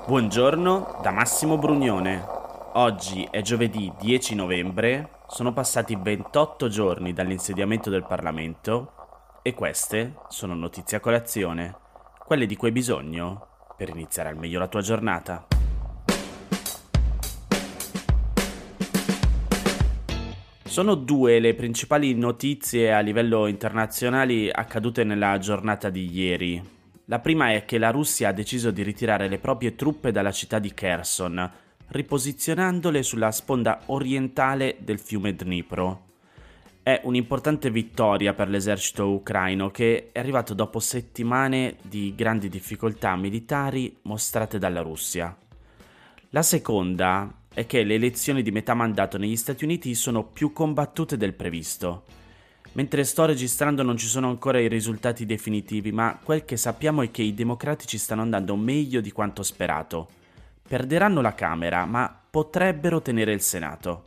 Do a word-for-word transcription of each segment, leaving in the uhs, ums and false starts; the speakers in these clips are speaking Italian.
Buongiorno da Massimo Brugnone. Oggi è giovedì dieci novembre, sono passati ventotto giorni dall'insediamento del Parlamento e queste sono notizie a colazione, quelle di cui hai bisogno per iniziare al meglio la tua giornata. Sono due le principali notizie a livello internazionale accadute nella giornata di ieri. La prima è che la Russia ha deciso di ritirare le proprie truppe dalla città di Kherson, riposizionandole sulla sponda orientale del fiume Dnipro. È un'importante vittoria per l'esercito ucraino che è arrivato dopo settimane di grandi difficoltà militari mostrate dalla Russia. La seconda è che le elezioni di metà mandato negli Stati Uniti sono più combattute del previsto. Mentre sto registrando non ci sono ancora i risultati definitivi, ma quel che sappiamo è che i democratici stanno andando meglio di quanto sperato. Perderanno la Camera, ma potrebbero tenere il Senato.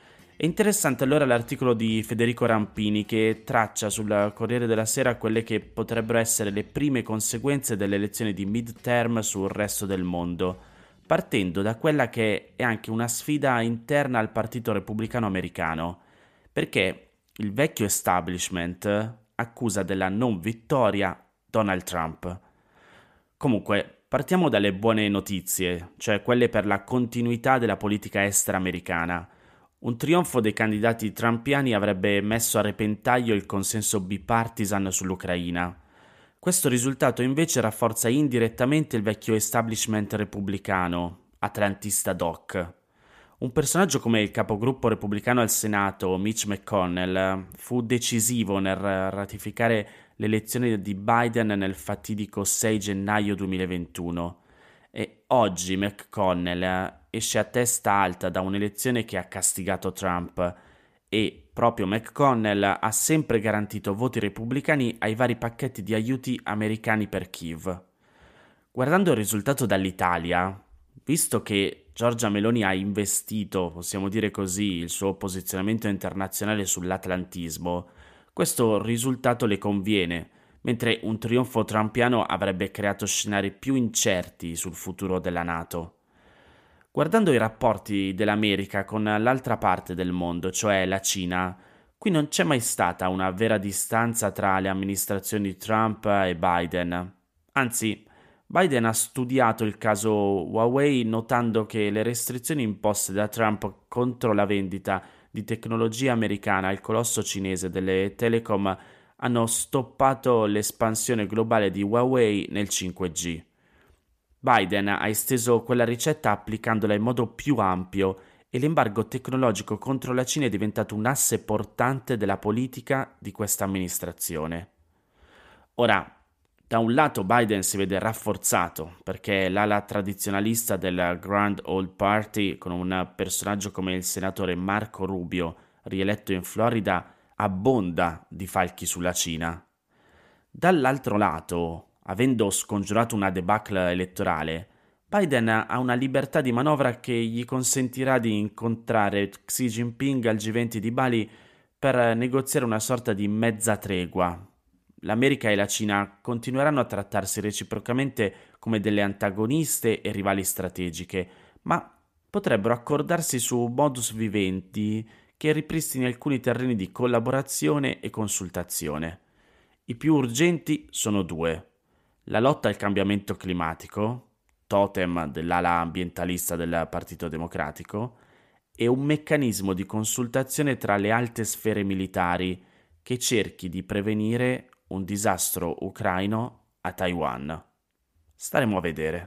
È interessante allora l'articolo di Federico Rampini che traccia sul Corriere della Sera quelle che potrebbero essere le prime conseguenze delle elezioni di midterm sul resto del mondo, partendo da quella che è anche una sfida interna al Partito Repubblicano Americano, perché il vecchio establishment accusa della non vittoria Donald Trump. Comunque, partiamo dalle buone notizie, cioè quelle per la continuità della politica estera americana. Un trionfo dei candidati trumpiani avrebbe messo a repentaglio il consenso bipartisan sull'Ucraina. Questo risultato invece rafforza indirettamente il vecchio establishment repubblicano, atlantista doc. Un personaggio come il capogruppo repubblicano al Senato, Mitch McConnell, fu decisivo nel ratificare l'elezione di Biden nel fatidico sei gennaio duemilaventuno. E oggi McConnell esce a testa alta da un'elezione che ha castigato Trump e proprio McConnell ha sempre garantito voti repubblicani ai vari pacchetti di aiuti americani per Kiev. Guardando il risultato dall'Italia, visto che Giorgia Meloni ha investito, possiamo dire così, il suo posizionamento internazionale sull'atlantismo, questo risultato le conviene, mentre un trionfo trumpiano avrebbe creato scenari più incerti sul futuro della NATO. Guardando i rapporti dell'America con l'altra parte del mondo, cioè la Cina, qui non c'è mai stata una vera distanza tra le amministrazioni Trump e Biden. Anzi, Biden ha studiato il caso Huawei notando che le restrizioni imposte da Trump contro la vendita di tecnologia americana al colosso cinese delle telecom hanno stoppato l'espansione globale di Huawei nel cinque G. Biden ha esteso quella ricetta applicandola in modo più ampio e l'embargo tecnologico contro la Cina è diventato un asse portante della politica di questa amministrazione. Ora, da un lato Biden si vede rafforzato perché l'ala tradizionalista del Grand Old Party, con un personaggio come il senatore Marco Rubio, rieletto in Florida, abbonda di falchi sulla Cina. Dall'altro lato, avendo scongiurato una debacle elettorale, Biden ha una libertà di manovra che gli consentirà di incontrare Xi Jinping al G venti di Bali per negoziare una sorta di mezza tregua. L'America e la Cina continueranno a trattarsi reciprocamente come delle antagoniste e rivali strategiche, ma potrebbero accordarsi su modus vivendi che ripristini alcuni terreni di collaborazione e consultazione. I più urgenti sono due: la lotta al cambiamento climatico, totem dell'ala ambientalista del Partito Democratico, e un meccanismo di consultazione tra le alte sfere militari che cerchi di prevenire un disastro ucraino a Taiwan. Staremo a vedere.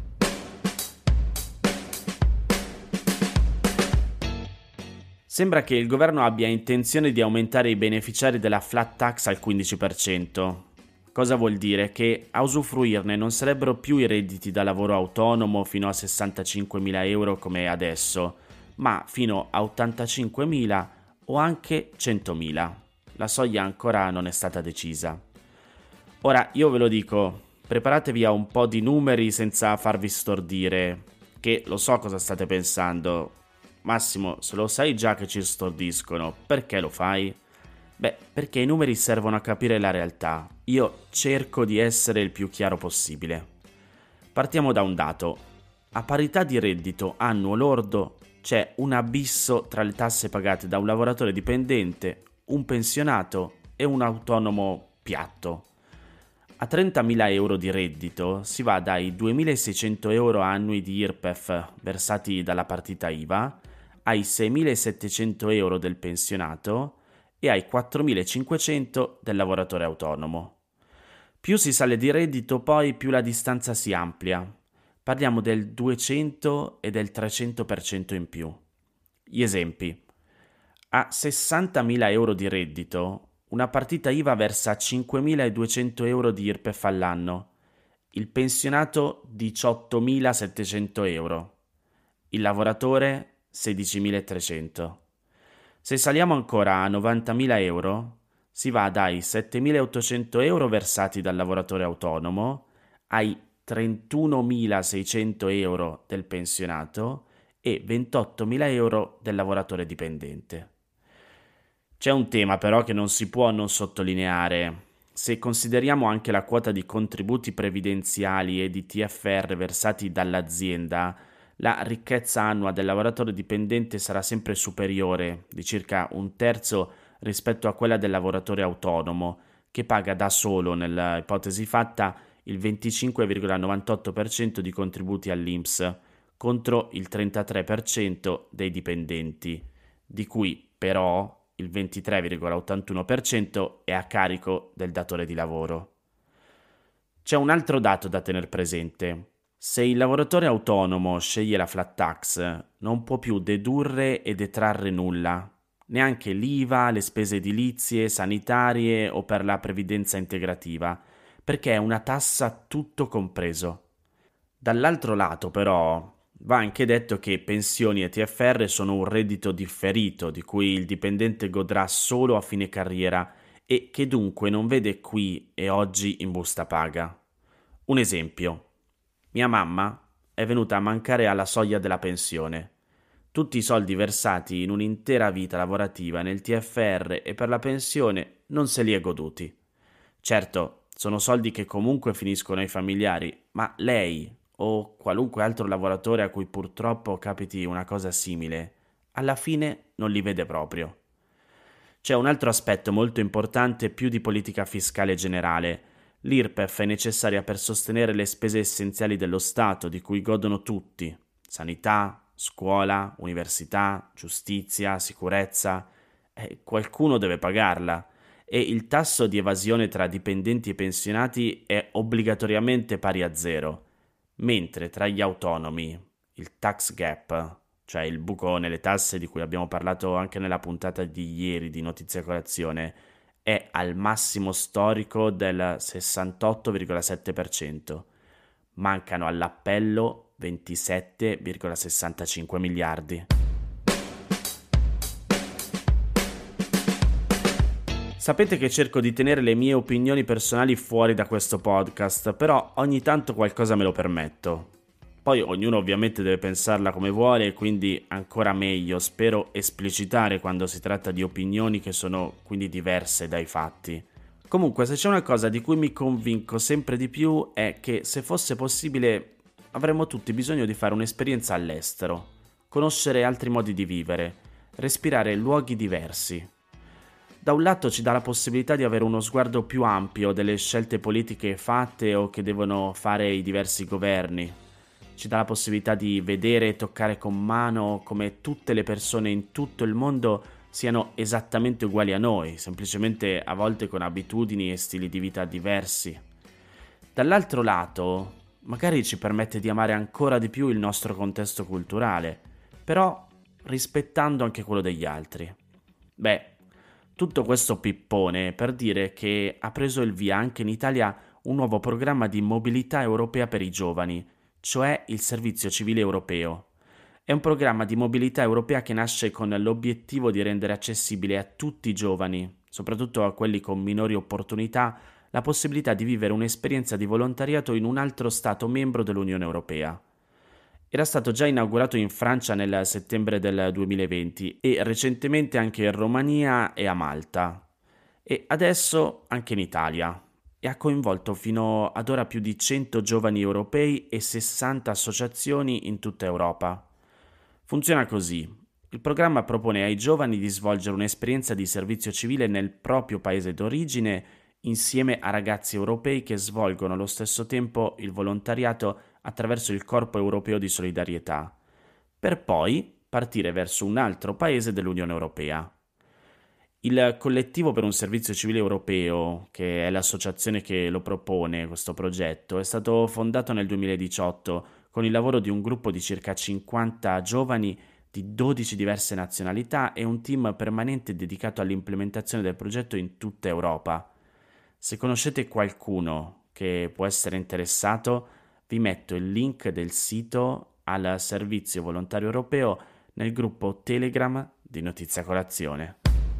Sembra che il governo abbia intenzione di aumentare i beneficiari della flat tax al quindici per cento. Cosa vuol dire? Che a usufruirne non sarebbero più i redditi da lavoro autonomo fino a sessantacinquemila euro come adesso, ma fino a ottantacinquemila o anche centomila. La soglia ancora non è stata decisa. Ora, io ve lo dico, preparatevi a un po' di numeri senza farvi stordire, che lo so cosa state pensando. Massimo, se lo sai già che ci stordiscono, perché lo fai? Beh, perché i numeri servono a capire la realtà. Io cerco di essere il più chiaro possibile. Partiamo da un dato. A parità di reddito annuo lordo c'è un abisso tra le tasse pagate da un lavoratore dipendente, un pensionato e un autonomo piatto. A trentamila euro di reddito si va dai duemilaseicento euro annui di I R P E F versati dalla partita I V A ai seimilasettecento euro del pensionato e ai quattromilacinquecento del lavoratore autonomo. Più si sale di reddito, poi più la distanza si amplia. Parliamo del duecento e del trecento per cento in più. Gli esempi. A sessantamila euro di reddito, una partita I V A versa cinquemiladuecento euro di I R P E F all'anno, il pensionato diciottomilasettecento euro, il lavoratore sedicimilatrecento. Se saliamo ancora a novantamila euro, si va dai settemilaottocento euro versati dal lavoratore autonomo ai trentunomilaseicento euro del pensionato e ventottomila euro del lavoratore dipendente. C'è un tema però che non si può non sottolineare. Se consideriamo anche la quota di contributi previdenziali e di T F R versati dall'azienda, la ricchezza annua del lavoratore dipendente sarà sempre superiore di circa un terzo rispetto a quella del lavoratore autonomo, che paga da solo, nella ipotesi fatta, il venticinque virgola novantotto per cento di contributi all'I N P S contro il trentatré per cento dei dipendenti, di cui però il ventitré virgola ottantuno per cento è a carico del datore di lavoro. C'è un altro dato da tener presente. Se il lavoratore autonomo sceglie la flat tax, non può più dedurre e detrarre nulla, neanche l'I V A, le spese edilizie, sanitarie o per la previdenza integrativa, perché è una tassa tutto compreso. Dall'altro lato, però, va anche detto che pensioni e T F R sono un reddito differito di cui il dipendente godrà solo a fine carriera e che dunque non vede qui e oggi in busta paga. Un esempio. Mia mamma è venuta a mancare alla soglia della pensione. Tutti i soldi versati in un'intera vita lavorativa nel T F R e per la pensione non se li è goduti. Certo, sono soldi che comunque finiscono ai familiari, ma lei o qualunque altro lavoratore a cui purtroppo capiti una cosa simile, alla fine non li vede proprio. C'è un altro aspetto molto importante più di politica fiscale generale. L'I R P E F è necessaria per sostenere le spese essenziali dello Stato, di cui godono tutti: sanità, scuola, università, giustizia, sicurezza. Eh, qualcuno deve pagarla. E il tasso di evasione tra dipendenti e pensionati è obbligatoriamente pari a zero, mentre tra gli autonomi il tax gap, cioè il buco nelle tasse di cui abbiamo parlato anche nella puntata di ieri di Notizia Colazione, è al massimo storico del sessantotto virgola sette per cento. Mancano all'appello ventisette virgola sessantacinque miliardi. Sapete che cerco di tenere le mie opinioni personali fuori da questo podcast, però ogni tanto qualcosa me lo permetto. Poi ognuno ovviamente deve pensarla come vuole e quindi ancora meglio, spero esplicitare quando si tratta di opinioni che sono quindi diverse dai fatti. Comunque, se c'è una cosa di cui mi convinco sempre di più è che se fosse possibile avremmo tutti bisogno di fare un'esperienza all'estero, conoscere altri modi di vivere, respirare luoghi diversi. Da un lato ci dà la possibilità di avere uno sguardo più ampio delle scelte politiche fatte o che devono fare i diversi governi. Ci dà la possibilità di vedere e toccare con mano come tutte le persone in tutto il mondo siano esattamente uguali a noi, semplicemente a volte con abitudini e stili di vita diversi. Dall'altro lato, magari ci permette di amare ancora di più il nostro contesto culturale, però rispettando anche quello degli altri. Beh, tutto questo pippone per dire che ha preso il via anche in Italia un nuovo programma di mobilità europea per i giovani, cioè il Servizio Civile Europeo. È un programma di mobilità europea che nasce con l'obiettivo di rendere accessibile a tutti i giovani, soprattutto a quelli con minori opportunità, la possibilità di vivere un'esperienza di volontariato in un altro Stato membro dell'Unione Europea. Era stato già inaugurato in Francia nel settembre del duemilaventi e recentemente anche in Romania e a Malta. E adesso anche in Italia. e ha coinvolto fino ad ora più di cento giovani europei e sessanta associazioni in tutta Europa. Funziona così. Il programma propone ai giovani di svolgere un'esperienza di servizio civile nel proprio paese d'origine insieme a ragazzi europei che svolgono allo stesso tempo il volontariato attraverso il Corpo Europeo di Solidarietà, per poi partire verso un altro paese dell'Unione Europea. Il Collettivo per un Servizio Civile Europeo, che è l'associazione che lo propone, questo progetto, è stato fondato nel duemiladiciotto con il lavoro di un gruppo di circa cinquanta giovani di dodici diverse nazionalità e un team permanente dedicato all'implementazione del progetto in tutta Europa. Se conoscete qualcuno che può essere interessato, vi metto il link del sito al Servizio Volontario Europeo nel gruppo Telegram di Notizia Colazione.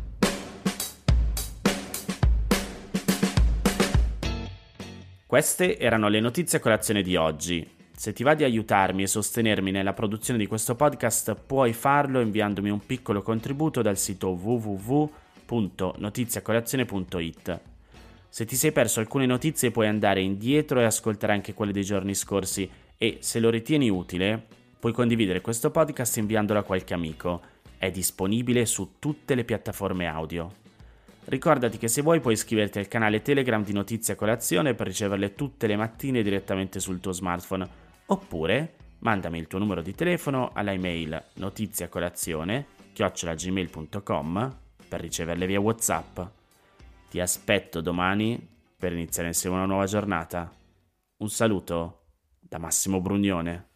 Queste erano le notizie a colazione di oggi. Se ti va di aiutarmi e sostenermi nella produzione di questo podcast, puoi farlo inviandomi un piccolo contributo dal sito w w w punto notiziacolazione punto i t. Se ti sei perso alcune notizie puoi andare indietro e ascoltare anche quelle dei giorni scorsi e, se lo ritieni utile, puoi condividere questo podcast inviandolo a qualche amico. È disponibile su tutte le piattaforme audio. Ricordati che se vuoi puoi iscriverti al canale Telegram di Notizia Colazione per riceverle tutte le mattine direttamente sul tuo smartphone, oppure mandami il tuo numero di telefono alla email notiziacolazione chiocciola gmail punto com per riceverle via WhatsApp. Ti aspetto domani per iniziare insieme una nuova giornata. Un saluto da Massimo Brugnone.